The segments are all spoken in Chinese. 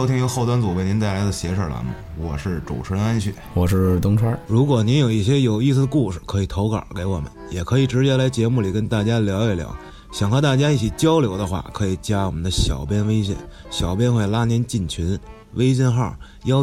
收听由后端组为您带来的邪事栏目，我是主持人安旭， 我是东川。 如果您有一些有意思的故事，可以投稿给我们，也可以直接来节目里跟大家聊一聊。想和大家一起交流的话，可以加我们的小编微信，小编会拉您进群，微信号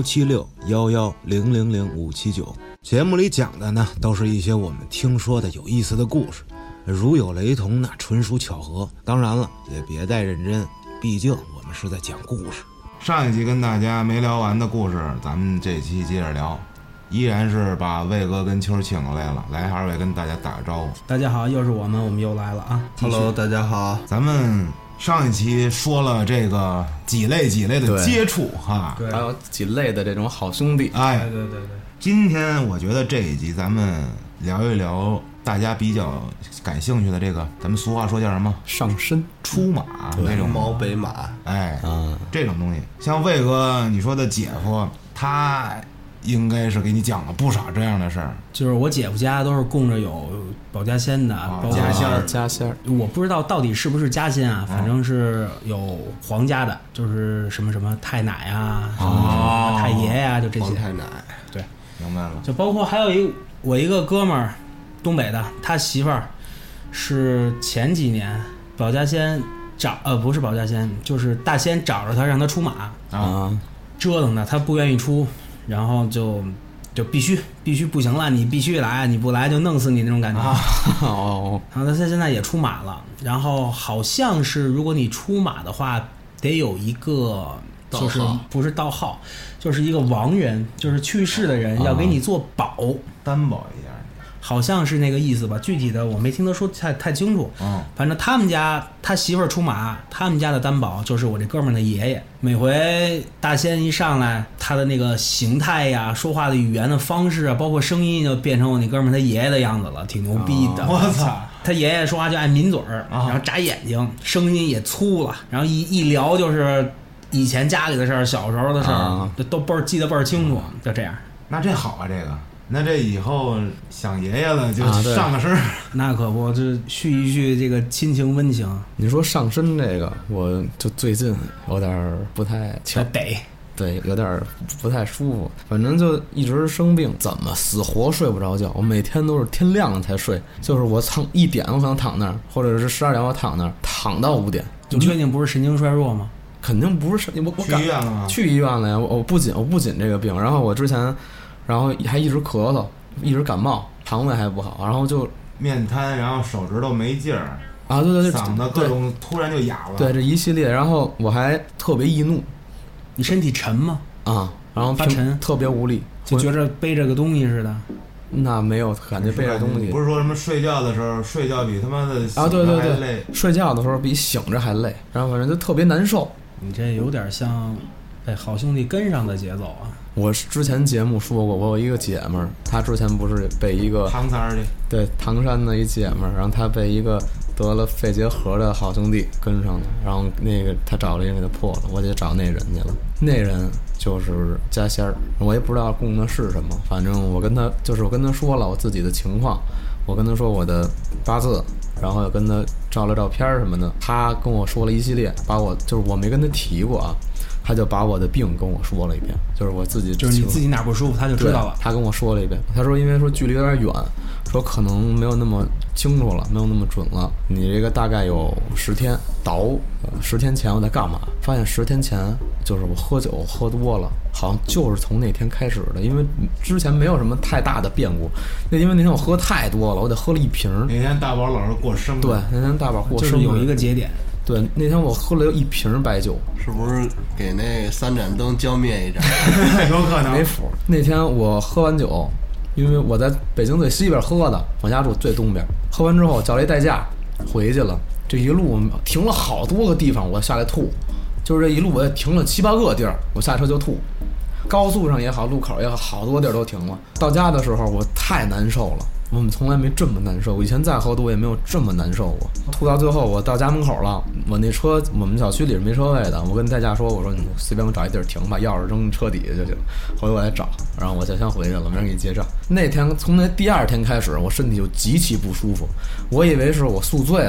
17611000579。节目里讲的呢，都是一些我们听说的有意思的故事，如有雷同，那纯属巧合。当然了，也别太认真，毕竟我们是在讲故事。 上一集跟大家没聊完的故事，咱们这期接着聊，依然是把魏哥跟秋请过来了。来，二位跟大家打个招呼。 大家好，又是我们又来了啊 Hello， 大家好。 咱们上一期说了这个几类的接触哈， 对，还有几类的这种好兄弟。 哎， 对。 今天我觉得这一集咱们聊一聊大家比较感兴趣的这个，咱们俗话说叫什么？ 上身出马那种毛北马， 哎，这种东西。像魏哥你说的姐夫，他应该是给你讲了不少这样的事儿。 就是我姐夫家都是供着有保家仙的，包括家仙儿， 我不知道到底是不是家仙啊，反正是有皇家的，就是什么什么太奶啊，什么太爷呀，就这些。 皇太奶， 对， 明白了。 就包括还有我一个哥们儿，东北的，他媳妇儿是前几年保家仙不是保家仙，就是大仙找着他让他出马啊，折腾他，他不愿意出，然后就必须不行了，你必须来，你不来就弄死你那种感觉然后他现在也出马了，然后好像是如果你出马的话，得有一个就是不是道号，就是一个亡人，就是去世的人要给你做保， 担保一下。 好像是那个意思吧，具体的我没听他说太清楚。反正他们家他媳妇儿出马，他们家的担保就是我这哥们儿的爷爷。每回大仙一上来，他的那个形态呀、说话的语言的方式啊，包括声音，就变成我那哥们儿他爷爷的样子了，挺牛逼的。 我操！ 他爷爷说话就爱抿嘴儿，然后眨眼睛，声音也粗了，然后一聊就是以前家里的事儿、小时候的事儿，都记得倍儿清楚，就这样。 那这好啊，这个。那这以后想爷爷了就上个身那可不，就续一续这个亲情温情。 你说上身这个，我就最近有点不太巧，对，有点不太舒服。反正就一直生病，怎么死活睡不着觉。我每天都是天亮了才睡，就是我1点我可能躺那儿，或者是12点我躺那儿，躺到5点。 你确定不是神经衰弱吗？ 肯定不是，我去医院了吗？ 去医院了呀，我不仅这个病，然后我之前。然后还一直咳嗽，一直感冒，肠胃还不好，然后就面瘫，然后手指头没劲儿啊，对， 嗓子各种突然就哑了， 对，这一系列，然后我还特别易怒。 你身体沉吗？ 啊，然后发沉， 特别无力， 就觉着背着个东西似的。 那没有感觉背着东西， 不是说什么睡觉的时候睡觉比他妈的啊，对，睡觉的时候比醒着还累，然后反正就特别难受。 你这有点像被好兄弟跟上的节奏啊。 我之前节目说过，我有一个姐们儿，她之前不是被一个唐三去， 对，唐山的一姐们儿，然后她被一个得了肺结核的好兄弟跟上了，然后那个她找了人给她破了，我得找那人去了。那人就是家仙儿，我也不知道供的是什么，反正我跟他说了我自己的情况，我跟他说我的八字，然后又跟他照了照片什么的，他跟我说了一系列，把我就是我没跟他提过啊。他就把我的病跟我说了一遍，就是我自己， 就是你自己哪不舒服，他就知道了。 他跟我说了一遍，他说因为说距离有点远，说可能没有那么清楚了，没有那么准了。你这个大概有10天，倒10天前我在干嘛？发现10天前就是我喝酒喝多了，好像就是从那天开始的，因为之前没有什么太大的变故。因为那天我喝太多了，我得喝了1瓶。 那天大宝老师过生日， 对，那天大宝过生日， 就是有一个节点。 对，那天我喝了1瓶白酒， 是不是给那3盏灯浇灭一盏？ 有可能没谱。那天我喝完酒，因为我在北京最西边喝的，我家住最东边。喝完之后叫了一代驾回去了，这一路停了好多个地方，我下来吐，就是这一路我也停了7、8个地儿，我下车就吐。高速上也好，路口也好，好多地儿都停了。到家的时候我太难受了。我们从来没这么难受，我以前再喝多也没有这么难受过。吐到最后，我到家门口了，我那车我们小区里是没车位的，我跟代驾说，我说你随便给我找一地儿停吧，钥匙扔车底下就行。回头我来找，然后我就先回去了，没人给你结账。那天从那第2天开始，我身体就极其不舒服，我以为是我宿醉了，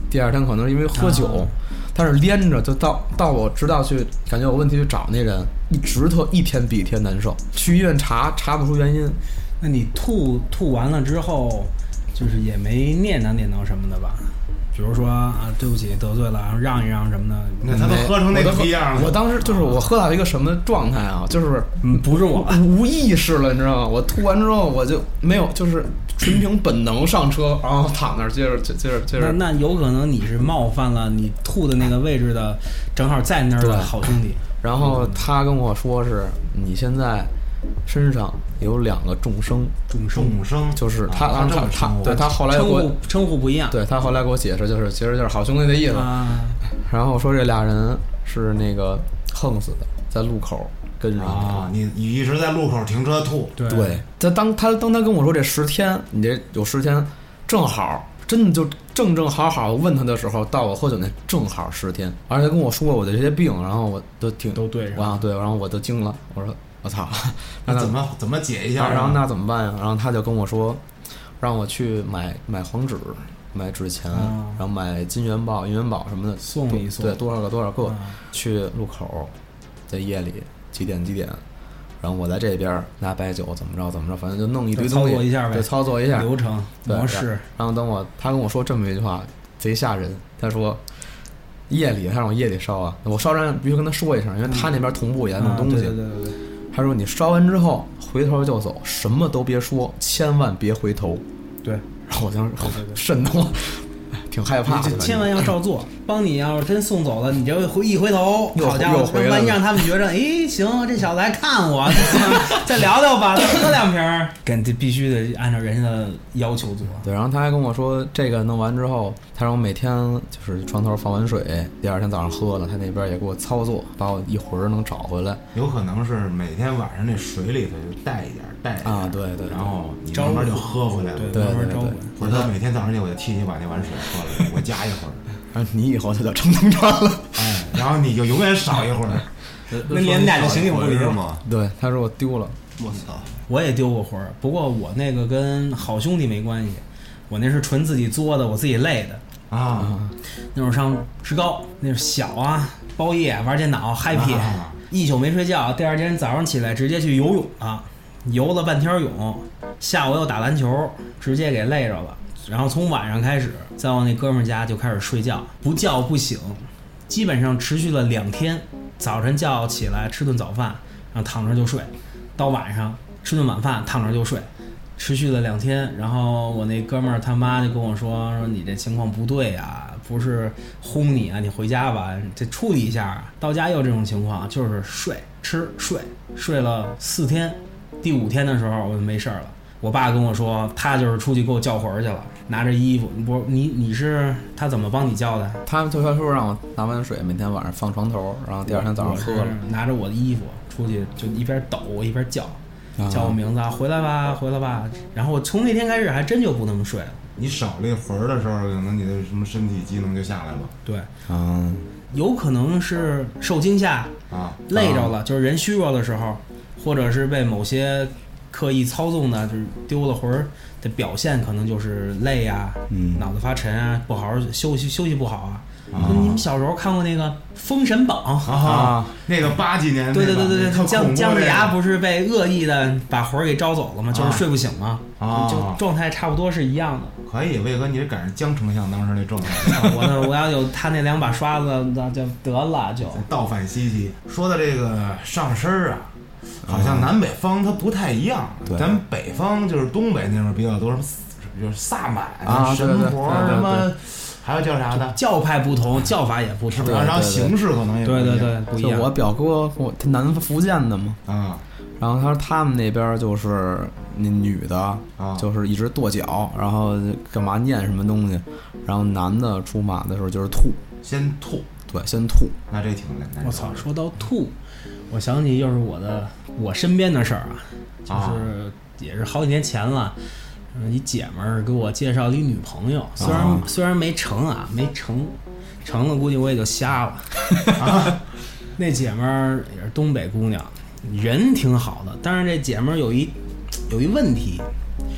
第二天可能是因为喝酒，但是连着就到我直到去感觉有问题去找那人，一天比一天难受，去医院查不出原因。 那你吐完了之后，就是也没念叨什么的吧？比如说啊，对不起，得罪了，然后让一让什么的。 那他都喝成那个逼样了。 我当时就是我喝到一个什么状态啊？就是不是我无意识了，你知道吗？我吐完之后我就没有，就是纯凭本能上车，然后躺那儿接着。 那有可能你是冒犯了你吐的那个位置的，正好在那儿的好兄弟。 然后他跟我说是你现在身上有2个重生，就是他对他后来称呼不一样， 对他后来给我解释其实就是好兄弟的意思。然后说这俩人是那个横死的，在路口跟上啊，你一直在路口停车吐， 对。当他跟我说这10天，你这有10天，正好真的就正好问他的时候，到我喝酒那正好10天，而且跟我说我的这些病，然后我都对上， 对，然后我都惊了，我说我操， 那怎么解一下？ 然后那怎么办呀？然后他就跟我说，让我去买黄纸，买纸钱，然后买金元宝、银元宝什么的， 送一送， 对，多少个，去路口，在夜里几点，然后我在这边拿白酒怎么着，反正就弄一堆东西， 操作一下呗， 对，操作一下流程模式。 然后他跟我说这么一句话，贼吓人。他说夜里，他让我夜里烧啊，我烧完必须跟他说一声，因为他那边同步也弄东西。 对。 他说你烧完之后回头就走，什么都别说，千万别回头。 对。 然后我当时瘆得我，挺害怕的。 千万要照做。帮你要是真送走了，你就一回头，好家伙，万一让他们觉着，哎，行，这小子还看我，再聊聊吧，再喝2瓶，这必须得按照人家的要求做。 对，然后他还跟我说，这个弄完之后，他让我每天就是床头放完水，第二天早上喝了，他那边也给我操作，把我一会儿能找回来。 有可能是每天晚上那水里头就带一点啊， 对， 然后你慢慢就喝回来了， 对， 或者每天早上起我就替你把那碗水喝了，我加一会儿。 你以后就叫成东川了， 哎，然后你就永远少一会儿。 那你们俩就形影不离吗？ 对，他说我丢了， 我操， 我也丢过魂儿，不过我那个跟好兄弟没关系，我那是纯自己作的，我自己累的啊。 那会儿上职高，那是小啊，包夜玩电脑 happy，一宿没睡觉，第二天早上起来直接去游泳了，游了半天泳，下午又打篮球，直接给累着了。然后从晚上开始，在我那哥们儿家就开始睡觉，不叫不醒，基本上持续了2天。早晨叫起来吃顿早饭，然后躺着就睡，到晚上吃顿晚饭躺着就睡，持续了2天。然后我那哥们儿他妈就跟我说你这情况不对啊，不是轰你啊，你回家吧，这处理一下。到家又这种情况，就是睡吃睡了4天，第5天的时候我就没事了。我爸跟我说，他就是出去给我叫魂去了，拿着衣服。你是他怎么帮你叫的？ 他就说让我拿完水，每天晚上放床头，然后第二天早上喝了。 拿着我的衣服出去，就一边抖一边叫我名字啊，回来吧。然后我从那天开始还真就不那么睡了。 你少了一魂的时候，可能你的什么身体机能就下来了。 对，有可能是受惊吓啊，累着了，就是人虚弱的时候，或者是被某些刻意操纵的，就是丢了魂儿的表现，可能就是累啊，脑子发沉啊，不好好休息不好啊。你们小时候看过那个《封神榜》 啊？那个80几年， 对，姜子牙不是被恶意的把魂儿给招走了吗？就是睡不醒吗？就状态差不多是一样的。 可以，魏哥，你是赶上姜丞相当时那状态。 我要有他那2把刷子，那就得了，就倒反西岐。说的这个上身啊。好像南北方它不太一样，咱北方就是东北那边比较多，什么就是萨满啊、神婆什么，还有叫啥的， 教派不同，叫法也不同， 然后形式可能也不一样。 对不一样。 我表哥他南福建的嘛，然后他说他们那边就是那女的，就是一直跺脚，然后干嘛念什么东西，然后男的出马的时候就是吐， 先吐， 对，先吐， 那这挺难。 我操，说到吐。我想起又是我身边的事儿啊，就是也是好几年前了，一姐们儿给我介绍了一女朋友，虽然没成了估计我也就瞎了。那姐们儿也是东北姑娘，人挺好的，但是这姐们儿有一问题，就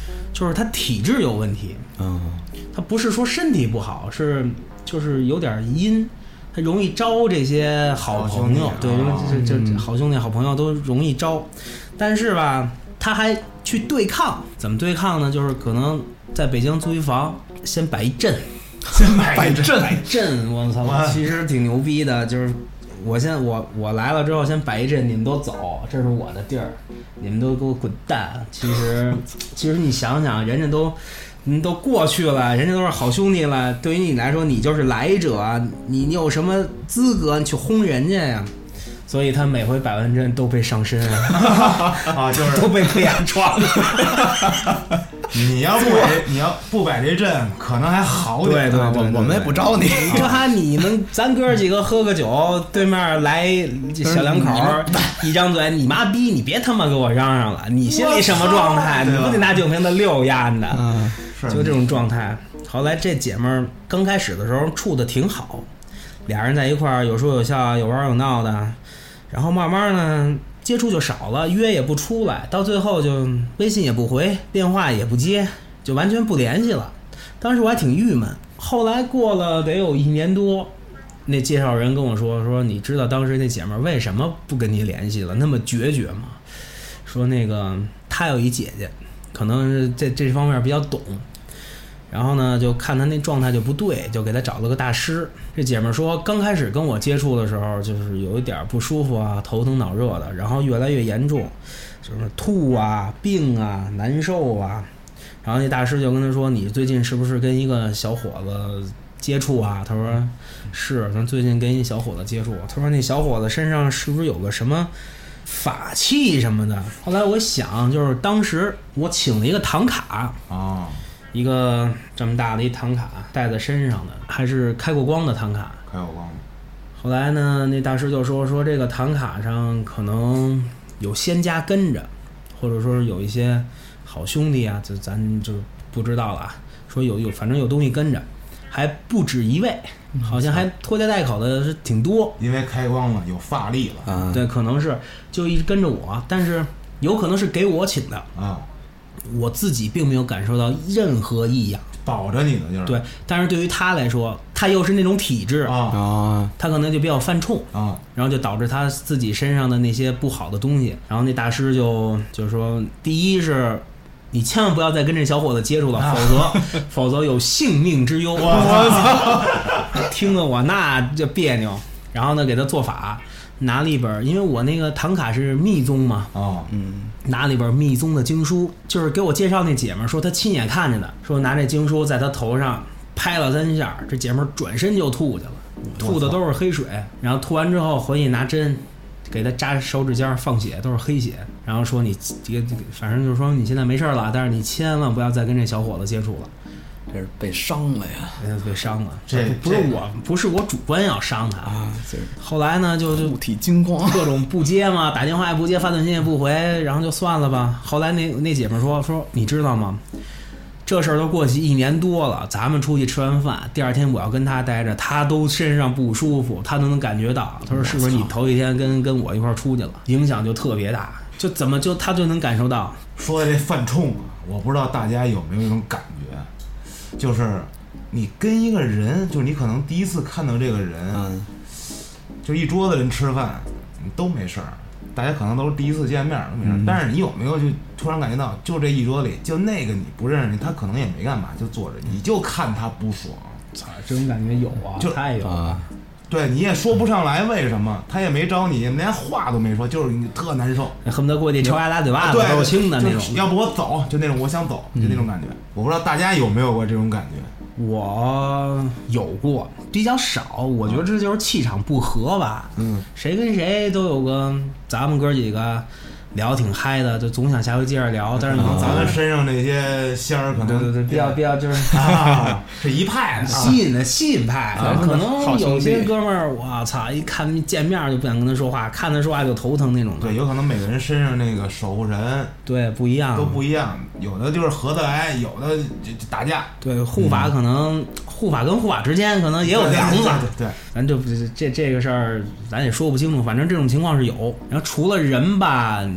就是他体质有问题。他不是说身体不好，就是有点阴，他容易招这些好朋友，对，这好兄弟好朋友都容易招。但是吧，他还去对抗，怎么对抗呢？就是可能在北京租一房，先摆一阵， 摆阵，我操，其实挺牛逼的。就是我来了之后，先摆一阵，你们都走，这是我的地儿，你们都给我滚蛋。其实你想想，人家都过去了，人家都是好兄弟了，对于你来说，你就是来者，你有什么资格你去轰人家呀？所以他每回摆完阵都被上身啊，就是都被黑暗撞了。 你要不摆这阵，可能还好点。 对， 我们也不招你。 这还你们咱哥几个喝个酒，对面来小两口，一张嘴，你妈逼，你别他妈给我嚷嚷了，你心里什么状态？你不得拿酒瓶子溜烟的？就这种状态。后来这姐们儿刚开始的时候处的挺好，俩人在一块儿有说有笑，有玩有闹的。然后慢慢呢，接触就少了，约也不出来，到最后就微信也不回，电话也不接，就完全不联系了。当时我还挺郁闷。后来过了得有1年多，那介绍人跟我说你知道当时那姐妹为什么不跟你联系了，那么决绝吗？说那个她有一姐姐，可能这方面比较懂。然后呢，就看他那状态就不对，就给他找了个大师。这姐们说，刚开始跟我接触的时候，就是有一点不舒服啊，头疼脑热的，然后越来越严重，就是吐啊、病啊、难受啊。然后那大师就跟他说：“你最近是不是跟一个小伙子接触啊？”他说：“是，他最近跟一小伙子接触。”他说：“那小伙子身上是不是有个什么法器什么的？”后来我想，就是当时我请了一个唐卡啊。一个这么大的一唐卡带在身上的，还是开过光的唐卡。 开过光的。 后来呢，那大师就说这个唐卡上可能有仙家跟着，或者说有一些好兄弟啊，就咱就不知道了。说有反正有东西跟着，还不止一位，好像还拖家带口的是挺多。 因为开光了，有法力了。 对，可能是就一直跟着我，但是有可能是给我请的啊。我自己并没有感受到任何异样， 保着你的就是。 对，但是对于他来说，他又是那种体质啊，他可能就比较犯冲啊，然后就导致他自己身上的那些不好的东西。然后那大师就说，第一是你千万不要再跟这小伙子接触了，否则有性命之忧。我操！听得我那就别扭。然后呢，给他做法。拿了一本，因为我那个唐卡是密宗嘛，拿了一本密宗的经书，就是给我介绍那姐们说她亲眼看见的，说拿这经书在她头上拍了3下，这姐们转身就吐去了，吐的都是黑水，然后吐完之后回去拿针给她扎手指尖放血，都是黑血，然后说你反正就是说你现在没事了，但是你千万不要再跟这小伙子接触了。 这是被伤了呀！ 被伤了，这不是我主观要伤他啊。后来呢，就物体精光， 各种不接嘛，打电话也不接，发短信也不回，然后就算了吧。后来那姐们说，你知道吗？这事儿都过去1年多了，咱们出去吃完饭，第2天我要跟他待着，他都身上不舒服，他都能感觉到。他说是不是你头一天跟我一块儿出去了，影响就特别大，他就能感受到。 说的这犯冲啊，我不知道大家有没有一种感觉。就是你跟一个人，就是你可能第一次看到这个人，就一桌子人吃饭，你都没事儿，大家可能都是第一次见面都没事儿，但是你有没有就突然感觉到，就这一桌里，就那个你不认识，他可能也没干嘛，就坐着，你就看他不爽， 操，这种感觉有啊，就太有了。 对，你也说不上来为什么，他也没招你，连话都没说，就是你特难受， 恨不得过去抽牙打嘴巴子都轻的那种。 要不我走，就那种我想走，就那种感觉。我不知道大家有没有过这种感觉。 我有过，比较少。我觉得这就是气场不合吧。谁跟谁都有个，咱们哥几个聊挺嗨的，就总想下回接着聊。但是你咱们身上那些仙儿，可能对，比较就是是一派的吸引派。可能有些哥们儿，我操，一看见面就不想跟他说话，看他说话就头疼那种的。 对，有可能每个人身上那个守护神对不一样， 都不一样。有的就是合得来，有的就打架。 对，护法可能护法跟护法之间可能也有梁子。 对， 咱就这个事儿咱也说不清楚，反正这种情况是有。然后除了人吧。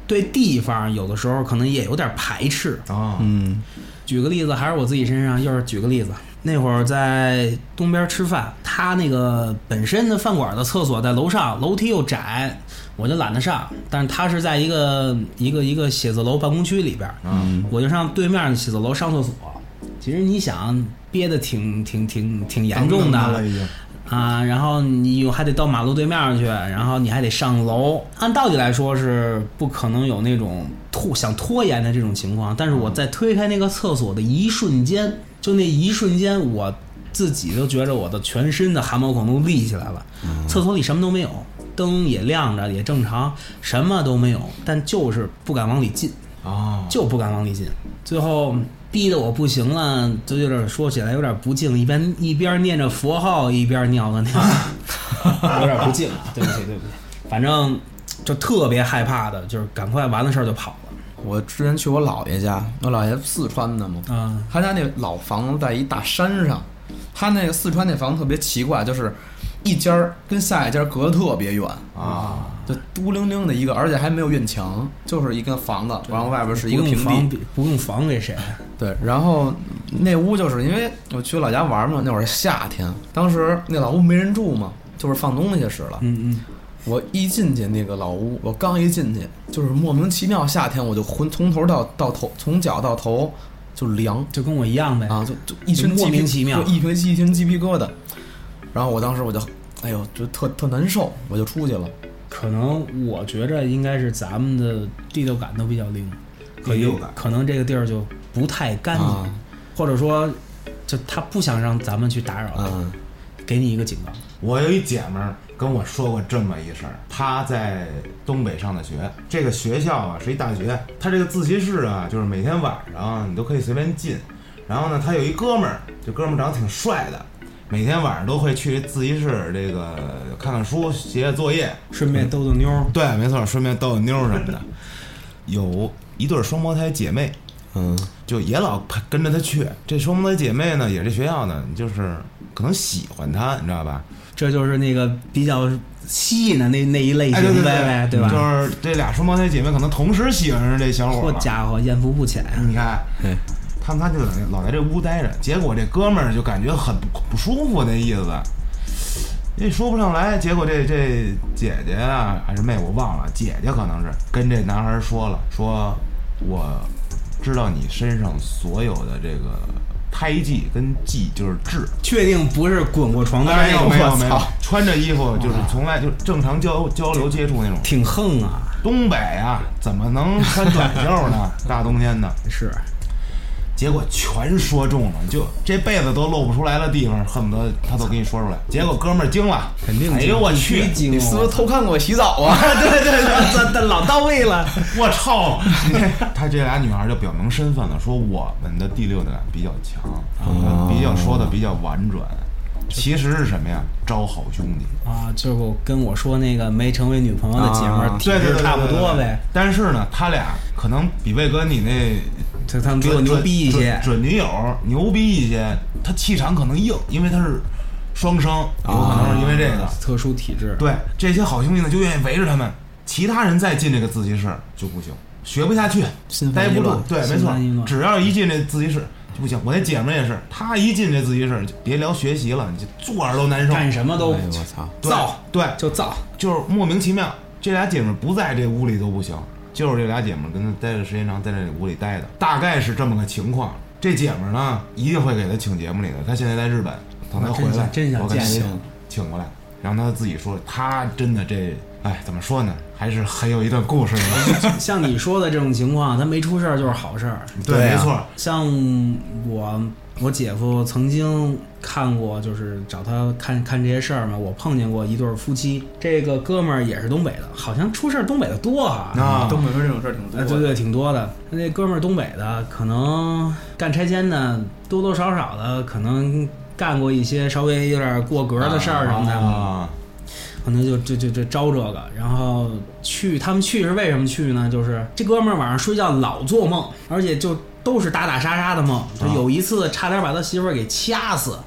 对地方有的时候可能也有点排斥啊。 举个例子，还是我自己身上，又是举个例子。那会儿在东边吃饭，他那个本身的饭馆的厕所在楼上，楼梯又窄，我就懒得上。但是他是在一个写字楼办公区里边，我就上对面的写字楼上厕所。其实你想憋得挺严重的啊，然后你还得到马路对面去，然后你还得上楼。按道理来说是不可能有那种想拖延的这种情况，但是我在推开那个厕所的一瞬间，就那一瞬间，我自己都觉着我的全身的汗毛孔都立起来了。厕所里什么都没有，灯也亮着，也正常，什么都没有，但就是不敢往里进就不敢往里进。最后逼得我不行了，就有点说起来有点不敬，一边念着佛号一边尿的那有点不敬，对不起，反正就特别害怕的，就是赶快完了事儿就跑了。 我之前去我姥爷家，我姥爷四川的嘛，他家那老房子在一大山上，他那个四川那房子特别奇怪，就是一家跟下一家隔得特别远就孤零零的一个，而且还没有院墙，就是一个房子，然后外边是一个平地， 不用房给谁？ 对，然后那屋就是因为我去老家玩嘛，那会儿夏天，当时那老屋没人住嘛，就是放东西使了。我一进去那个老屋，我刚一进去，就是莫名其妙，夏天我就从头到头，从脚到头就凉， 就跟我一样呗就一身莫名其妙， 一身鸡皮疙瘩。然后我当时我就，哎呦，就特难受，我就出去了。 可能我觉着应该是咱们的第六感都比较灵，可能这个地儿就不太干净，或者说，就他不想让咱们去打扰他，给你一个警告。 我有一姐们儿跟我说过这么一事儿，她在东北上的学，这个学校啊是一大学，她这个自习室啊，就是每天晚上你都可以随便进。然后呢，她有一哥们儿，这哥们儿长得挺帅的。每天晚上都会去自习室这个看看书写写作业， 顺便逗逗妞。 对，没错，顺便逗逗妞什么的。有一对双胞胎姐妹，就也老跟着他去。这双胞胎姐妹呢，也是学校的，就是可能喜欢他，你知道吧？ 这就是那个比较吸引的那一类型呗，对吧？ 就是这俩双胞胎姐妹可能同时喜欢上这小伙。 好家伙，艳福不浅。 你看，他就老在这屋待着，结果这哥们儿就感觉很不舒服那意思，也说不上来。结果这姐姐啊还是妹我忘了，姐姐可能是跟这男孩说了，说我知道你身上所有的这个胎记跟记就是痣， 确定不是滚过床单？ 没有，穿着衣服就是从来就正常交流接触那种。 挺横啊， 东北啊怎么能穿短袖呢？大冬天的。 是。 结果全说中了，就这辈子都露不出来的地方，恨不得他都给你说出来。结果哥们儿惊了， 肯定惊！ 哎呦我去， 你是不是偷看过我洗澡啊？ 对，老到位了。 我操！他这俩女孩就表明身份了，说我们的第六感比较强，比较说的比较婉转。其实是什么呀？招好兄弟啊，就是跟我说那个没成为女朋友的姐们儿，体质差不多呗。 但是呢，他俩可能比魏哥你那。 他们比我牛逼一些， 准女友牛逼一些，他气场可能硬，因为他是双生，有可能是因为这个特殊体质。 对，这些好兄弟呢就愿意围着他们，其他人再进这个自习室就不行，学不下去，待不住。对，没错，只要一进这自习室就不行。我那姐们也是，她一进这自习室就别聊学习了，你就坐着都难受， 干什么都我操， 燥， 对， 就燥， 就是莫名其妙。这俩姐们不在这屋里都不行。就是这俩姐们跟他待的时间长，在这屋里待的，大概是这么个情况。这姐们呢，一定会给他请节目里的。他现在在日本，等他回来，我给他请过来，让他自己说，他真的这，哎，怎么说呢，还是很有一段故事的。 像你说的这种情况，他没出事儿就是好事儿。 对，没错。 像我姐夫曾经看过，就是找他看这些事儿嘛。我碰见过一对夫妻，这个哥们儿也是东北的，好像出事儿东北的多哈。 东北这种事儿挺多的。 对，挺多的。那哥们儿东北的，可能干拆迁的，多多少少的可能干过一些稍微有点过格的事儿什么的。可能就招这个，然后他们去是为什么去呢？就是这哥们儿晚上睡觉老做梦，而且就都是打打杀杀的梦。就有一次差点把他媳妇儿给掐死，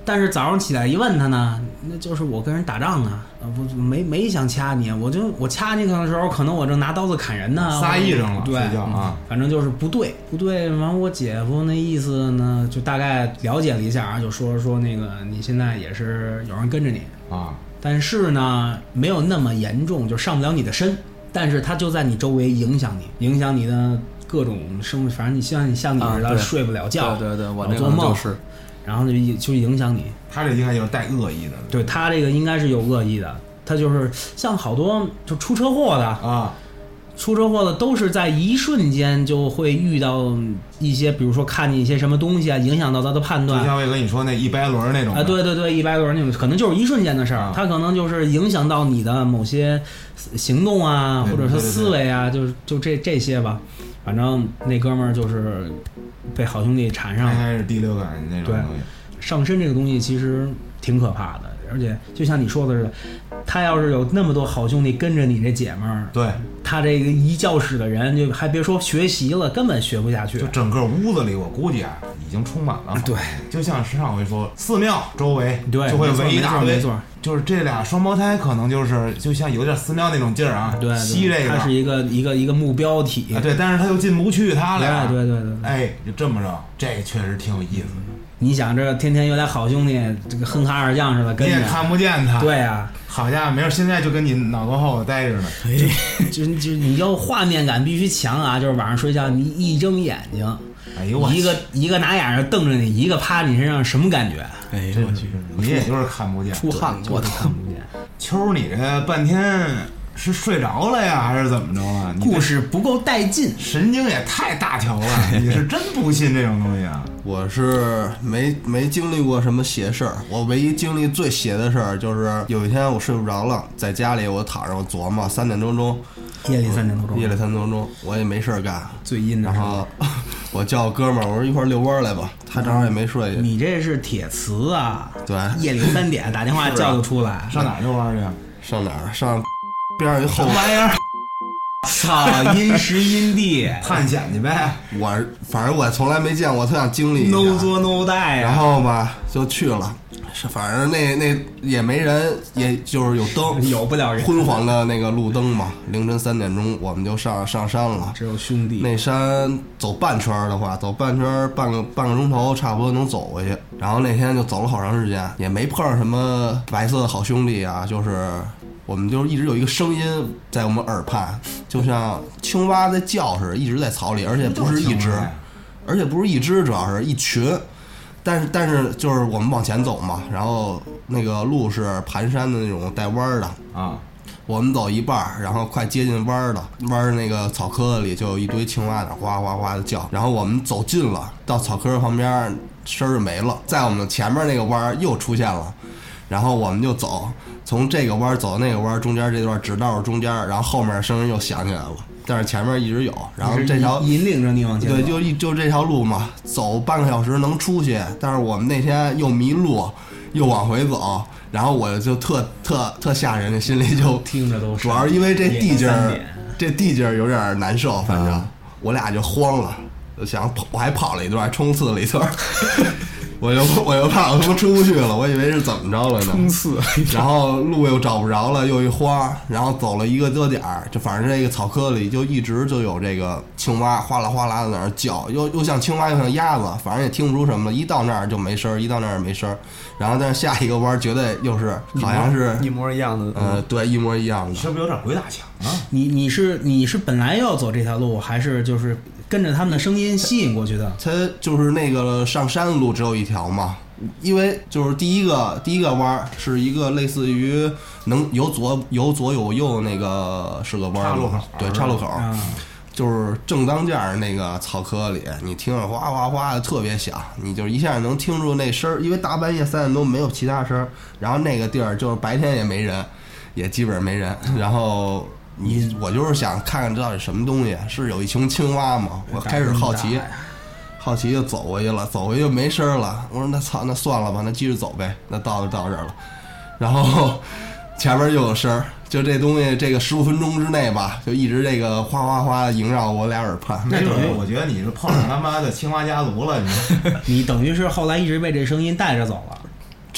但是早上起来一问他呢，那就是我跟人打仗呢，不没想掐你，我掐你的时候，可能我正拿刀子砍人呢， 撒癔症了， 对啊， 反正就是不对。完我姐夫那意思呢，就大概了解了一下啊，就说那个你现在也是有人跟着你啊， 但是呢没有那么严重，就上不了你的身，但是他就在你周围影响你的各种反正你像你似的睡不了觉， 对，我那做梦是。 然后就影响你， 他这应该就是带恶意的， 对他这个应该是有恶意的，他就是像好多就出车祸的都是在一瞬间就会遇到一些，比如说看见一些什么东西啊，影响到他的判断。 就像我跟你说那一掰轮那种啊，对，一掰轮那种，可能就是一瞬间的事儿，他可能就是影响到你的某些行动啊，或者说思维啊，就这些吧。反正那哥们儿就是被好兄弟缠上了， 应该是第六感那种东西。 上身这个东西其实挺可怕的，而且就像你说的似的，他要是有那么多好兄弟跟着你这姐们儿， 对， 他这个一教室的人就还别说学习了，根本学不下去。 就整个屋子里，我估计已经充满了。 对， 就像上回说，寺庙周围对就会围一大堆， 没错。 就是这俩双胞胎可能就像有点寺庙那种劲儿啊， 对， 吸这个， 它是一个目标体啊，对，但是他又进不去他俩， 对， 哎，就这么着，这确实挺有意思的。 你想这天天有俩好兄弟，这个哼哈二将似的跟着， 你也看不见他， 对啊， 好家伙，没事，现在就跟你脑袋后头待着呢。 就你要画面感必须强啊，就是晚上睡觉你一睁眼睛， 哎呦我一个拿眼睛瞪着你，一个趴你身上，什么感觉？ 哎呦我去， 你也就是看不见， 出汗过的看不见。 秋儿，你这半天是睡着了呀，还是怎么着啊？ 故事不够带劲， 神经也太大条了。你是真不信这种东西啊？ 我是没经历过什么邪事儿，我唯一经历最邪的事儿就是有一天我睡不着了，在家里我躺着我琢磨3点多钟， 夜里3点多钟，我也没事儿干， 最阴的。 然后我叫我哥们儿，我说一块儿遛弯来吧，他正好也没睡。 你这是铁磁啊？ 对， 夜里3点打电话叫就出来， 上哪儿遛弯去？ 上哪儿？上边上一后玩意儿。 操，阴时阴地探险去呗。 反正我从来没见过，特想经历一下。 No 作 no die 啊。 然后吧，就去了。反正那也没人，也就是有灯， 有不了人， 昏黄的那个路灯嘛。凌晨3点钟，我们就上山了。 只有兄弟。 那山走半圈的话，走半圈半个钟头，差不多能走过去。然后那天就走了好长时间，也没碰上什么白色的好兄弟啊，就是我们就一直有一个声音在我们耳畔，就像青蛙在叫似的，一直在草里，而且不是一只，主要是一群。但是就是我们往前走嘛，然后那个路是盘山的那种带弯的啊， 我们走一半，然后快接近弯那个草棵里就有一堆青蛙在哗哗哗的叫，然后我们走近了，到草棵旁边声儿就没了，在我们前面那个弯又出现了，然后我们就走，从这个弯走到那个弯，中间这段直道中间，然后后面声音又响起来了。但是前面一直有，然后这条引领着你往前走， 对，就这条路嘛，走半个小时能出去。但是我们那天又迷路，又往回走，然后我就特吓人，心里就听着都主要是因为这地界儿有点难受，反正我俩就慌了，就想我还跑了一段，冲刺了一段。我又怕我他妈出不去了，我以为是怎么着了呢？ 冲刺， 然后路又找不着了，又一慌，然后走了一个多点儿，就反正这个草棵里就一直就有这个青蛙哗啦哗啦的在那儿叫，又像青蛙又像鸭子，反正也听不出什么了。一到那儿就没声儿，一到那儿没声儿。然后但是下一个弯绝对又是好像是一模一样的， 对，一模一样的。 是不是有点鬼打墙啊？ 你是本来要走这条路，还是就是跟着他们的声音吸引过去的？ 它就是那个上山的路只有一条嘛，因为就是第一个弯是一个类似于能有左有右那个是个弯， 岔路口， 对，岔路口。就是正当间那个草棵里，你听着哗哗哗的特别响，你就一下能听出那声儿，因为大半夜3点多没有其他声儿，然后那个地儿就是白天也没人，也基本上没人，然后我就是想看看这到底什么东西，是有一群青蛙吗？我开始好奇就走过去了，走过去就没声了，我说那算了吧，那继续走呗，那到这儿了，然后前面又有声儿。就这东西，这个15分钟之内吧，就一直这个哗哗哗萦绕我俩耳畔。 那等于我觉得你是碰上他妈的青蛙家族了， 你等于是后来一直被这声音带着走了。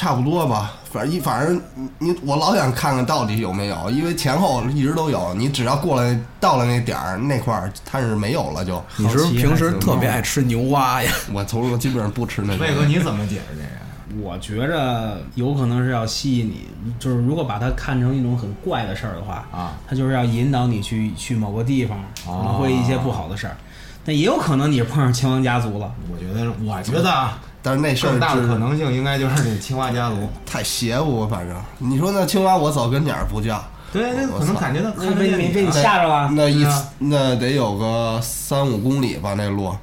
差不多吧，反正我老想看看到底有没有，因为前后一直都有，你只要到了那点儿那块儿，它是没有了就。 你是不是平时特别爱吃牛蛙呀？ 我基本上不吃那个。 魏哥，你怎么解释这个？ 我觉着有可能是要吸引你，就是如果把它看成一种很怪的事儿的话啊， 它就是要引导你去某个地方，可能会一些不好的事儿。但也有可能你是碰上青蛙家族了。 我觉得啊， 但是那事儿更大的可能性应该就是那青蛙家族太邪乎，反正你说那青蛙我走跟前儿不叫， 对，那可能感觉到被你吓着了。 那得有个3-5公里吧，那路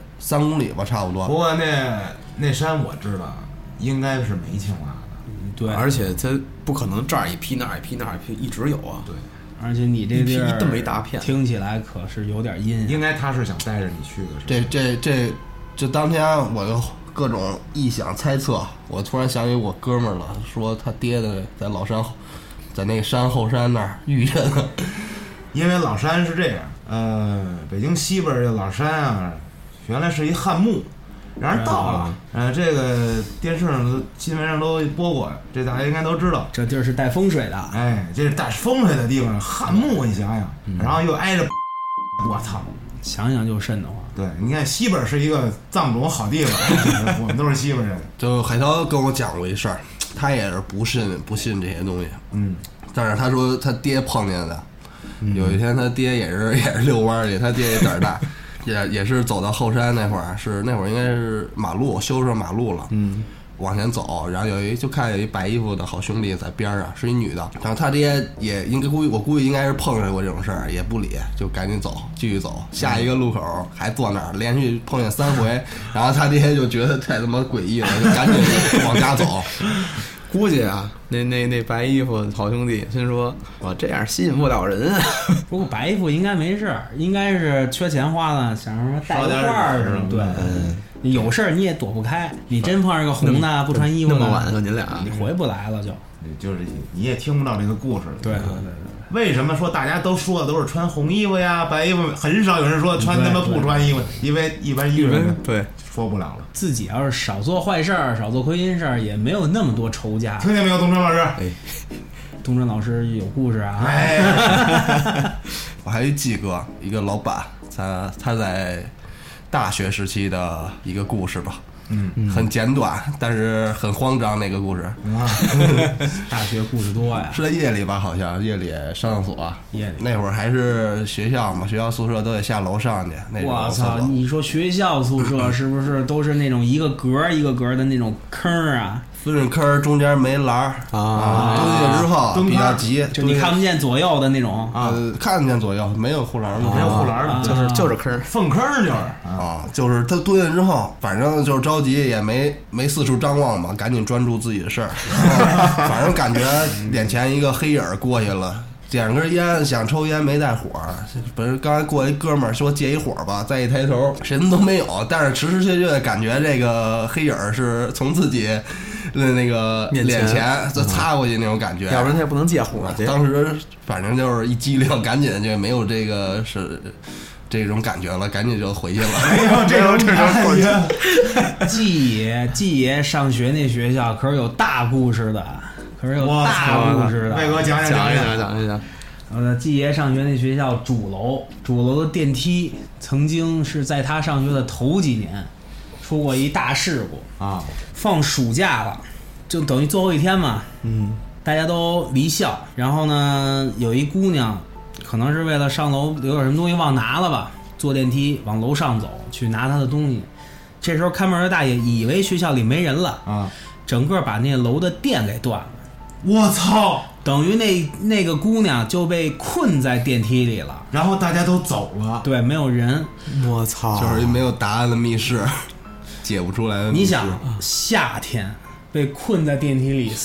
3公里吧，差不多。 不过那山我知道应该是没青蛙的， 对，而且它不可能这儿一批那儿一批那儿一批，一直有啊。 对， 而且你这地儿一么一大片， 听起来可是有点阴。 应该他是想带着你去的。 这当天我就各种臆想猜测，我突然想起我哥们儿了，说他爹的在老山，在那个山后山那儿遇见了。 因为老山是这样，北京西边这老山啊，原来是一汉墓。让人到了，这个电视上、新闻上都播过，这大家应该都知道。 这地儿是带风水的， 哎，这是带风水的地方，汉墓，你想想，然后又挨着，我操， 想想就瘆得慌。 对，你看西边是一个藏种好地方，我们都是西边人。 就海涛跟我讲过一事儿，他也是不信这些东西，但是他说他爹碰见的，有一天他爹也是遛弯去，他爹也胆儿大。也是走到后山那会儿，那会儿应该是马路修上马路了，往前走，然后就看有一白衣服的好兄弟在边上，是一女的，然后他爹也应该我估计应该是碰上过这种事儿，也不理，就赶紧走，继续走，下一个路口还坐那儿，连续碰见3回，然后他爹就觉得太他妈诡异了，就赶紧往家走。 估计啊，那白衣服好兄弟心说，我这样吸引不了人啊。 不过白衣服应该没事，应该是缺钱花了，想什么带个画儿什么。对，有事儿你也躲不开。你真碰上个红的不穿衣服的， 那么晚就您俩， 你回不来了就。 就是你也听不到这个故事了。 对。 为什么说大家都说的都是穿红衣服呀、白衣服？很少有人说穿他妈不穿衣服，因为一般艺人对说不了了。 自己要是少做坏事儿、少做亏心事儿，也没有那么多仇家。 听见没有，东川老师？ 哎， 东川老师有故事啊！ 哎， 我还有季哥，一个老板，他在大学时期的一个故事吧。很简短，但是很慌张。那个故事， 大学故事多呀， 是在夜里吧？好像夜里上所， 夜里那会儿还是学校嘛，学校宿舍都得下楼上去。那种我操！你说学校宿舍是不是都是那种一个格一个格的那种坑啊？ 分着坑，中间没栏啊，蹲下之后比较急， 就你看不见左右的那种啊，看得见左右，没有护栏的， 没有护栏的， 就是坑， 缝坑就是啊，就是他蹲下之后，反正就是着急，也没四处张望嘛，赶紧专注自己的事儿，反正感觉眼前一个黑影过去了。点根烟，想抽烟没带火，不是刚才过来一哥们儿说借一火吧，再一抬头什么都没有，但是实实确确感觉这个黑影是从自己那个脸前就擦过去那种感觉， 要不然他也不能借火。 当时反正就是一激灵，赶紧就没有这个是这种感觉了，赶紧就回去了。 没有这种感觉。 季爷上学那学校可是有大故事的。可是有大故事的， 魏哥讲一讲。 季爷上学那学校主楼的电梯，曾经是在他上学的头几年出过一大事故啊！ 放暑假了，就等于最后一天嘛，大家都离校，然后呢，有一姑娘，可能是为了上楼有点什么东西忘拿了吧，坐电梯往楼上走去拿她的东西，这时候看门的大爷以为学校里没人了啊， 整个把那楼的电给断了。 我操！ 等于那个姑娘就被困在电梯里了， 然后大家都走了， 对，没有人。 我操！ 就是没有答案的密室，解不出来的密室。 你想，夏天被困在电梯里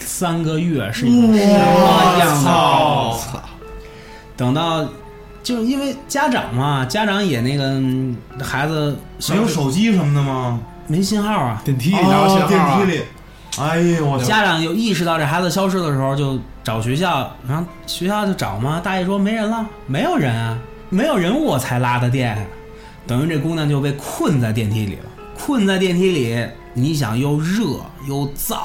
3个月是一个什么样的？ 操！ 等到就是因为家长嘛，家长也那个孩子没有手机什么的吗？ 没信号啊， 电梯里哪有信号啊？ 电梯里。哎呦我！ 家长有意识到这孩子消失的时候，就找学校，然后学校就找嘛。大爷说没人了，没有人啊，没有人我才拉的电，等于这姑娘就被困在电梯里了。困在电梯里，你想又热又燥，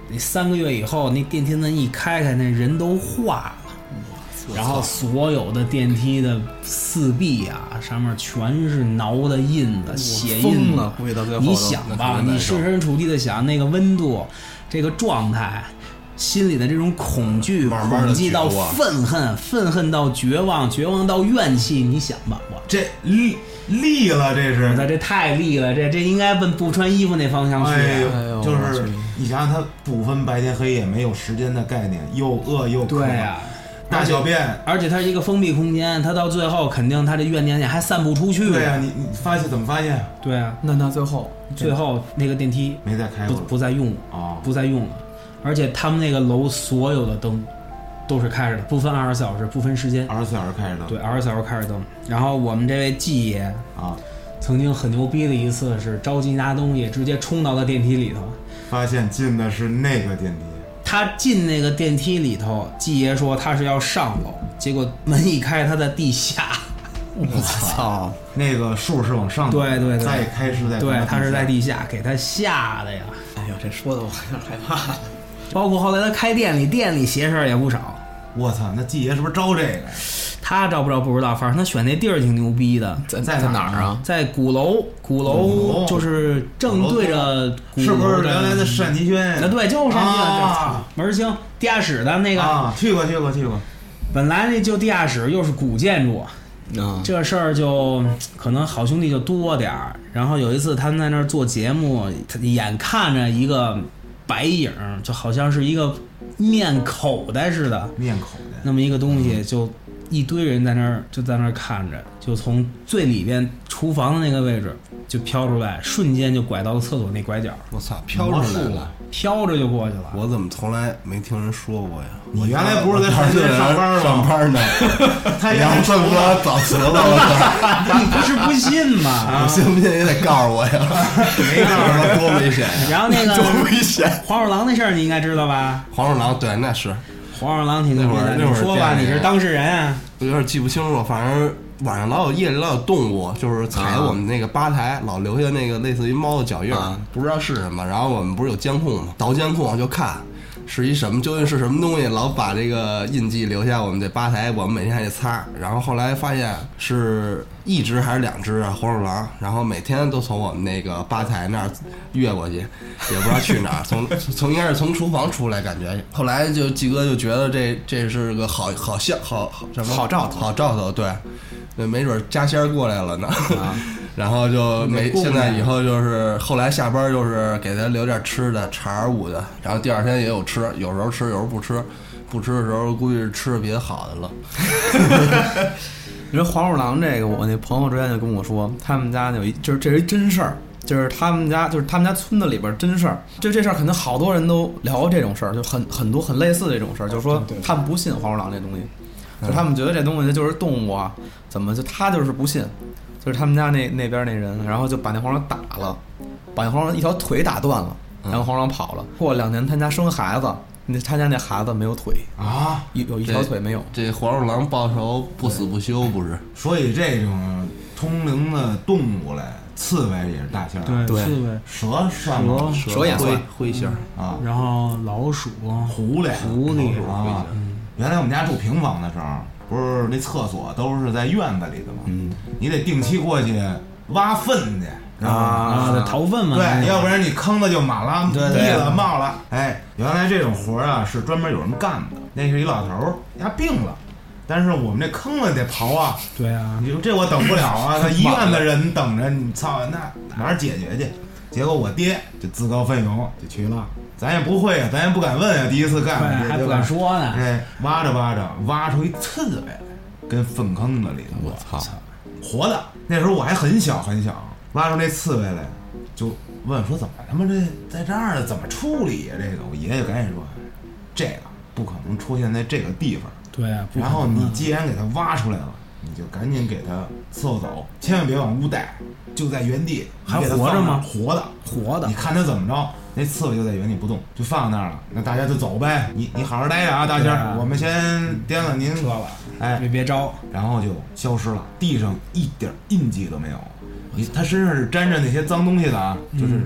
那3个月以后，那电梯门一开开，那人都化了。然后所有的电梯的四壁啊，上面全是挠的印子、血印子。 估计到最后你想吧，你设身处地的想那个温度、这个状态，心里的这种恐惧、恐惧到愤恨，愤恨到绝望，绝望到怨气。你想吧，哇， 这立了，这是这太立了，这应该奔不穿衣服那方向去。 哎呦，就是你想想，他不分白天黑夜，没有时间的概念，又饿又渴。 对呀。 大小便， 而且它是一个封闭空间，它到最后肯定它这怨念还散不出去。 对呀，你发现怎么发现？ 对啊， 那最后那个电梯没再开过， 不再用啊， 不再用了。而且他们那个楼所有的灯都是开着的，不分24小时，不分时间 ，24小时开着灯。 对，24小时开着灯。然后我们这位季爷啊， 曾经很牛逼的一次是着急拿东西，直接冲到了电梯里头， 发现进的是那个电梯。 他进那个电梯里头，季爷说他是要上楼，结果门一开，他在地下。 我操！ 那个数是往上， 对， 再开是在对，他是在地下，给他吓的呀！ 哎呦，这说的我有点害怕。 包括后来他开店里邪事儿也不少。 我操，那季爷是不是招这个呀？ 他招不招不知道，反正他选那地儿挺牛逼的。 在哪儿啊？ 在鼓楼就是正对着鼓楼， 是不是原来的单奇轩？ 那对，就是单奇轩，门儿清地下室的那个啊，去过。 本来那就地下室又是古建筑，这事儿就可能好兄弟就多点儿。然后有一次他们在那儿做节目，他眼看着一个白影，就好像是一个面口袋似的，那么一个东西就。一堆人在那儿看着，就从最里边厨房的那个位置就飘出来，瞬间就拐到了厕所那拐角。 我操，飘出来了， 飘着就过去了。 我怎么从来没听人说过呀？ 你原来不是在上学上班呢？ 他要这么说早辞了，我你不是不信吗？ 我信不信也得告诉我呀？ 没告诉我多危险！ 然后那个多危险！ 黄鼠狼那事儿你应该知道吧？ 黄鼠狼对，那是。 黄鼠狼挺牛逼的，你说吧，你是当事人啊？ 我有点记不清楚，反正晚上夜里老有动物，就是踩我们那个吧台，老留下那个类似于猫的脚印，不知道是什么。然后我们不是有监控吗？倒监控就看是一什么，究竟是什么东西，老把这个印记留下我们这吧台，我们每天还得擦。然后后来发现是1只还是2只啊黄鼠狼，然后每天都从我们那个吧台那儿越过去，也不知道去哪儿，从应该是从厨房出来，感觉。后来就季哥就觉得这是个好兆头，对，没准家仙过来了呢。然后就现在以后就是后来下班就是给他留点吃的茶5的，然后第二天也有吃，有时候吃有时候不吃，不吃的时候估计是吃的比较好的了。 你说黄鼠狼这个，我那朋友之前就跟我说，他们家就是这是一真事儿，就是他们家村子里边真事儿。就这事儿，可能好多人都聊过这种事儿，就很多很类似的这种事儿，就是说他们不信黄鼠狼这东西，就他们觉得这东西就是动物啊，怎么就他就是不信。就是他们家那边那人，然后就把那黄鼠狼打了，把那黄鼠狼一条腿打断了，然后黄鼠狼跑了。过了2年，他家生孩子，他家那孩子没有腿啊， 有一条腿没有。 这黄鼠狼报仇不死不休，不是？ 所以这种通灵的动物嘞，刺猬也是大仙儿， 对，刺猬、 蛇算吗？ 蛇也算灰仙啊。 然后老鼠、 狐狸啊。原来我们家住平房的时候。不是那厕所都是在院子里的吗？你得定期过去挖粪去得掏粪嘛。 对，要不然你坑的就满了，溢了冒了。哎，原来这种活啊是专门有人干的。那是一老头儿，他病了，但是我们这坑了得刨啊。 对啊， 你说这我等不了啊，他医院的人等着你，操，那哪儿解决去？结果我爹就自告奋勇就去了。咱也不会啊，咱也不敢问啊，第一次干， 还不敢说呢。 哎，挖着挖出一刺猬，跟粪坑子里头。 我操， 活的。那时候我还很小，挖出那刺猬来，就问说怎么他妈这在这儿怎么处理呀？这个我爷爷赶紧说，这个不可能出现在这个地方。 对啊。 然后你既然给它挖出来了，你就赶紧给它伺候走，千万别往屋带，就在原地。 还活着吗？ 活的。你看它怎么着？那刺猬就在原地不动，就放那儿了。那大家就走呗，你好好待着啊，大仙儿，我们先颠了您撤了， 哎， 别招， 然后就消失了，地上一点印记都没有。他身上是沾着那些脏东西的啊，就是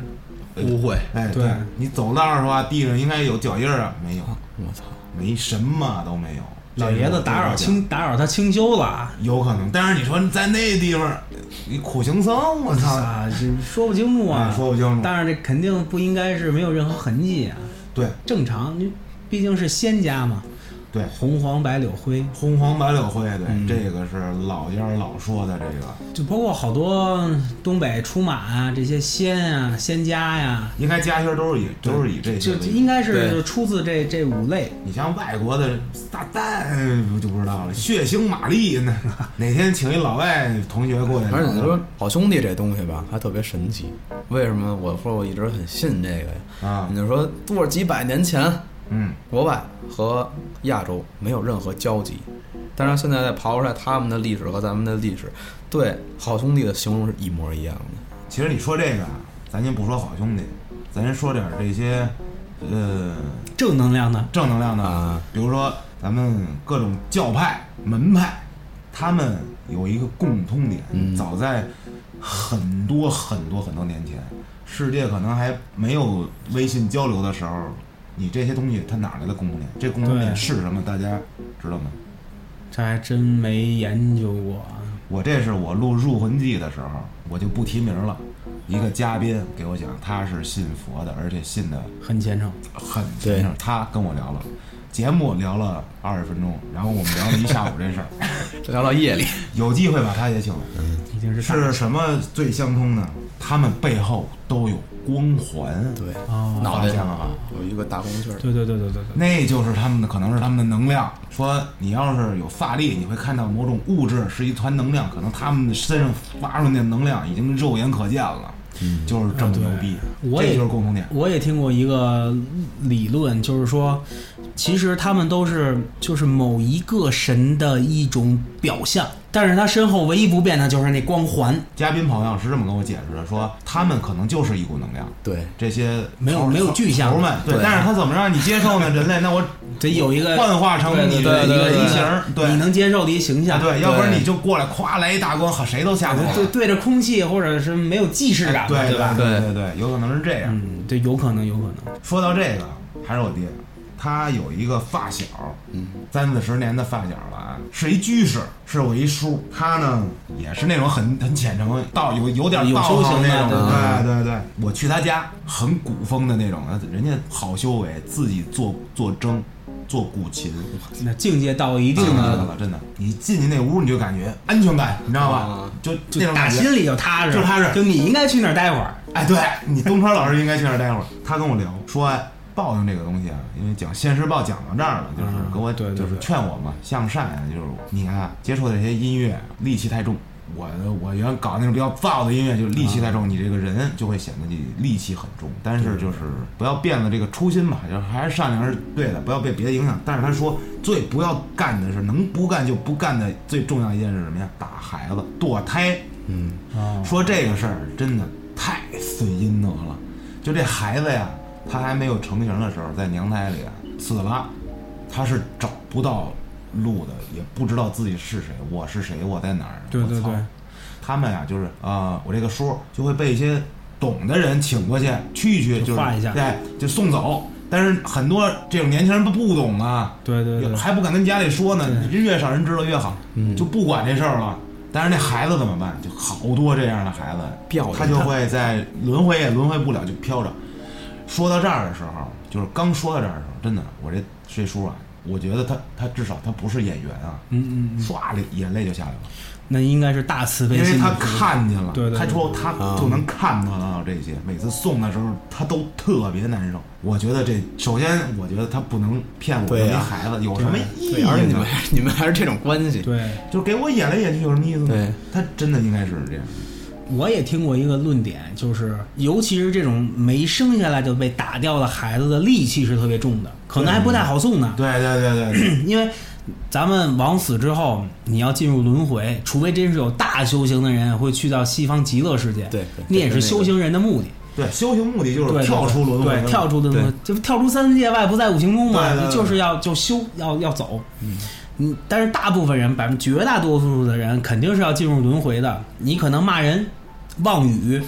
污秽。 哎，对，你走道的话，地上应该有脚印啊，没有， 我操， 没什么都没有。 老爷子打扰他清修了， 有可能。但是你说在那地方，你苦行僧，我操啊，这说不清楚啊， 说不清楚。 但是这肯定不应该是没有任何痕迹啊。 对， 正常，你毕竟是仙家嘛。 对， 红黄白柳灰， 红黄白柳灰，对，这个是老家老说的这个。 就包括好多东北出马啊，这些仙啊、仙家呀， 应该家学都是以这些， 就应该是出自这五类。 你像外国的撒旦就不知道了，血腥玛丽呢，哪天请一老外同学过去。 而且你说好兄弟这东西吧，还特别神奇。为什么我说我一直很信这个呀？ 啊， 你就说多少几百年前。国外和亚洲没有任何交集，但是现在再刨出来他们的历史和咱们的历史，对好兄弟的形容是一模一样的。 其实你说这个，咱先不说好兄弟，咱先说点这些， 正能量的啊，比如说咱们各种教派门派，他们有一个共通点，早在很多年前，世界可能还没有微信交流的时候。你这些东西它哪来的共同点？这共同点是什么？大家知道吗？ 这还真没研究过。 我这是我录《入魂记》的时候，我就不提名了。一个嘉宾给我讲，他是信佛的，而且信的很虔诚， 他跟我聊了，节目聊了20分钟，然后我们聊了一下午这事儿， 聊到夜里。 有机会把他也请来。 已经是什么最相通呢？他们背后都有光环， 对，脑袋上有一个大光圈， 对， 那就是他们的，可能是他们的能量。说你要是有法力，你会看到某种物质是一团能量，可能他们身上发出那能量已经肉眼可见了，就是这么牛逼。这就是共同点。 我也听过一个理论，就是说，其实他们都是就是某一个神的一种表象。但是他身后唯一不变的就是那光环。 嘉宾朋友是这么跟我解释的，说他们可能就是一股能量。 对， 这些没有具象们，对，但是他怎么让你接受呢？人类，那我得有一个幻化成你的一个仪型，对， 你能接受的一形象。 对，要不然你就过来咵来一大光，谁都吓跑。 对着空气或者是没有既视感， 对吧？ 对，有可能是这样。 对，有可能。 说到这个，还是我爹。他有一个发小，30-40年的发小了啊，是一居士，是我一叔。他呢也是那种很虔诚，有点道行那种。对，我去他家，很古风的那种，人家好修为，自己做筝，做古琴， 那境界到一定了，真的。你进去那屋，你就感觉安全感，你知道吧？就那种打心里就踏实，就你应该去那儿待会儿。 哎，对你东川老师应该去那儿待会儿。他跟我聊说。报应这个东西啊，因为讲现世报讲到这儿了，就是跟我就是劝我嘛，向善啊，就是你啊接触的这些音乐戾气太重。我原来搞那种比较燥的音乐，就是戾气太重，你这个人就会显得你戾气很重。但是就是不要变了这个初心嘛，就还是善良是对的，不要被别的影响。但是他说最不要干的是能不干就不干的最重要一件事是什么呀？打孩子、堕胎。说这个事儿真的太损阴德了，就这孩子呀。他还没有成型的时候，在娘胎里死了，他是找不到路的，也不知道自己是谁，我是谁，我在哪儿。 对， 他们呀，就是我这个叔就会被一些懂的人请过去，就是画一下， 对，就送走。但是很多这种年轻人不懂啊， 对， 还不敢跟家里说呢，越少人知道越好，就不管这事儿了。但是那孩子怎么办？就好多这样的孩子，他就会在轮回也轮回不了，就飘着。说到这儿的时候，就是刚说到这儿的时候，真的，我这叔啊，我觉得他至少他不是演员啊，唰的眼泪就下来了。 那应该是大慈悲心， 因为他看见了， 对， 他说他就能看到这些，每次送的时候他都特别难受。我觉得首先我觉得他不能骗我这孩子，有什么意义？ 而且你们还是这种关系， 对， 就给我演来演去有什么意思呢？ 对， 他真的应该是这样。 我也听过一个论点，就是尤其是这种没生下来就被打掉的孩子的戾气是特别重的，可能还不太好送呢。 对， 因为咱们往死之后，你要进入轮回，除非真是有大修行的人会去到西方极乐世界， 对， 那也是修行人的目的。 对，修行目的就是跳出轮回， 对，跳出轮回，就跳出三界外，不在五行中嘛，你就是要修，要走。但是大部分人，绝大多数的人肯定是要进入轮回的。你可能骂人、妄语、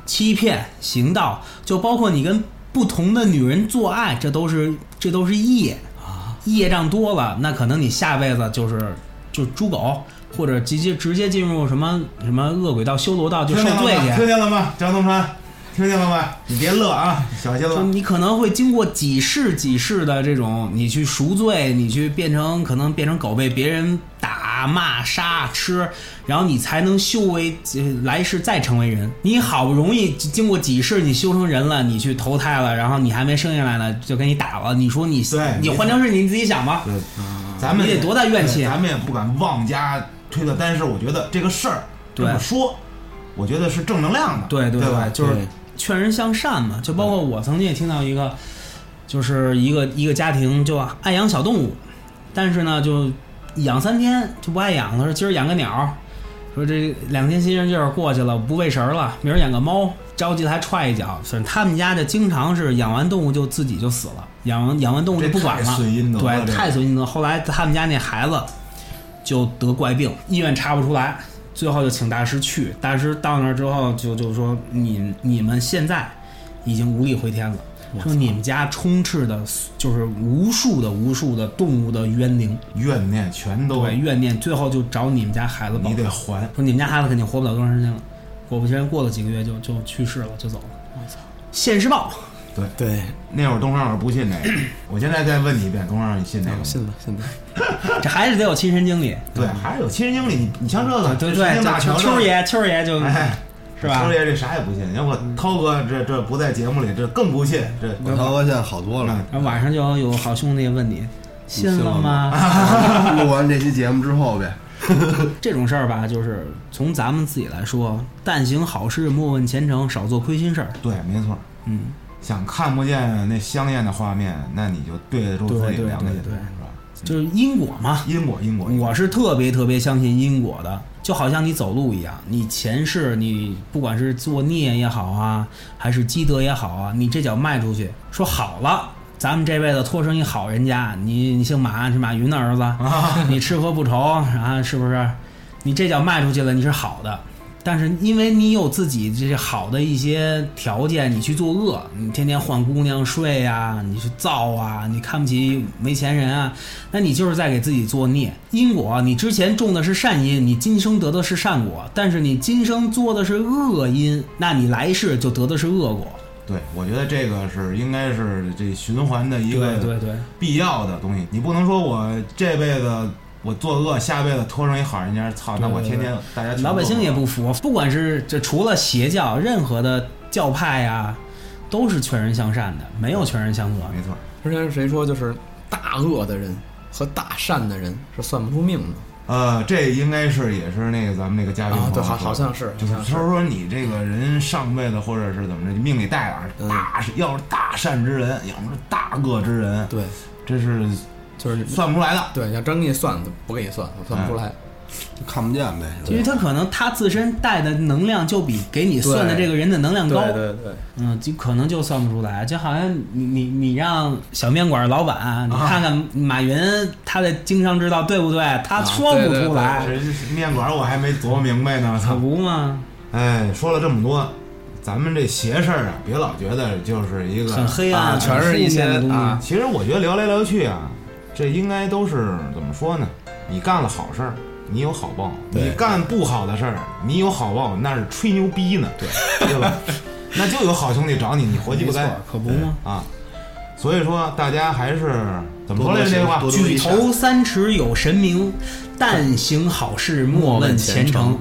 欺骗、行盗，就包括你跟不同的女人做爱，这都是业啊，业障多了，那可能你下辈子就猪狗，或者直接进入什么恶鬼道、修罗道就受罪去。 听见了吗，张东川？听见了吗？你别乐啊，小心了。 你可能会经过几世的这种，你去赎罪，你去可能变成狗被别人打、骂、杀、吃，然后你才能修为来世再成为人。你好不容易经过几世，你修成人了，你去投胎了，然后你还没生下来呢，就给你打了。你说你换成是你自己想吧。 对，咱们你得多大怨气？ 咱们也不敢妄加推测，但是我觉得这个事儿这么说，我觉得是正能量的。 对吧？ 就是劝人向善嘛。就包括我曾经也听到一个，就是一个家庭就爱养小动物，但是呢就养3天就不爱养了，说今儿养个鸟，说这2天新鲜劲儿过去了，不喂食了，明儿养个猫，着急了还踹一脚。所以他们家就经常是养完动物就自己就死了，养完动物就不管了，对，太损阴德。后来他们家那孩子就得怪病，医院查不出来，最后就请大师去，大师到那儿之后就说你们现在已经无力回天了，说你们家充斥的就是无数的动物的冤灵怨念，全都对怨念，最后就找你们家孩子报， 你得还。 说你们家孩子肯定活不了多长时间了，果不其然过了几个月就去世了，就走了。我操，现世报。 对， 那会儿东方老师不信这个，我现在再问你一遍，东方老师你信这个？ 信吧。 这还是得有亲身经历。 对，还是有亲身经历。你像这个， 对，秋爷就，是吧？ 秋爷这啥也不信。要不涛哥这不在节目里，这更不信。 这涛哥现在好多了。 晚上就有好兄弟问你，信了吗？ 录完这期节目之后呗。 这种事儿吧，就是从咱们自己来说，但行好事，莫问前程，少做亏心事儿。 对，没错。想看不见那香艳的画面，那你就对得住自己良心，是吧？ 就是因果嘛， 因果。 我是特别相信因果的，就好像你走路一样，你前世你不管是作孽也好啊，还是积德也好啊，你这脚迈出去，说好了，咱们这辈子托生一好人家，你姓马，是马云的儿子，你吃喝不愁啊，是不是？你这脚迈出去了，你是好的。但是因为你有自己这些好的一些条件，你去做恶，你天天换姑娘睡啊，你去造啊，你看不起没钱人啊，那你就是在给自己做孽。因果你之前种的是善因，你今生得的是善果，但是你今生做的是恶因，那你来世就得的是恶果。 对，我觉得这个应该是这循环的一个必要的东西。你不能说我这辈子我作恶，下辈子托生一好人家，操！那我天天大家老百姓也不服，不管是这除了邪教，任何的教派呀，都是劝人向善的，没有劝人向恶。 没错。 之前谁说就是大恶的人和大善的人是算不出命的？ 这应该也是那个咱们那个嘉宾对，好像是， 就是说你这个人上辈子或者是怎么着，命里带了要是大善之人，要是大恶之人， 对， 这是。就是算不出来的， 对，要真给你算，不给你算，我算不出来， 就看不见呗。 因为他可能他自身带的能量就比给你算的这个人的能量高， 对， 就可能就算不出来。就好像你让小面馆老板，你看看马云他的经商之道对不对？他说不出来。 面馆我还没琢磨明白呢， 可不吗？ 哎，说了这么多。咱们这邪事儿啊，别老觉得就是一个很黑暗， 全是一些啊。 其实我觉得聊来聊去啊，这应该都是怎么说呢？你干了好事儿，你有好报；你干不好的事儿，你有好报，那是吹牛逼呢，对吧？那就有好兄弟找你，你活鸡不该， 可不吗？ 啊，所以说大家还是怎么说来着？这句话， 举头3尺有神明，但行好事莫问前程。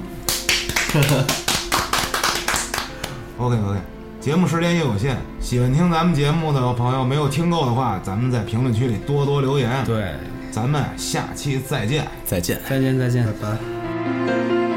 OK， 节目时间也有限，喜欢听咱们节目的朋友没有听够的话，咱们在评论区里多多留言。 对， 咱们下期再见， 再见， 拜拜。 拜。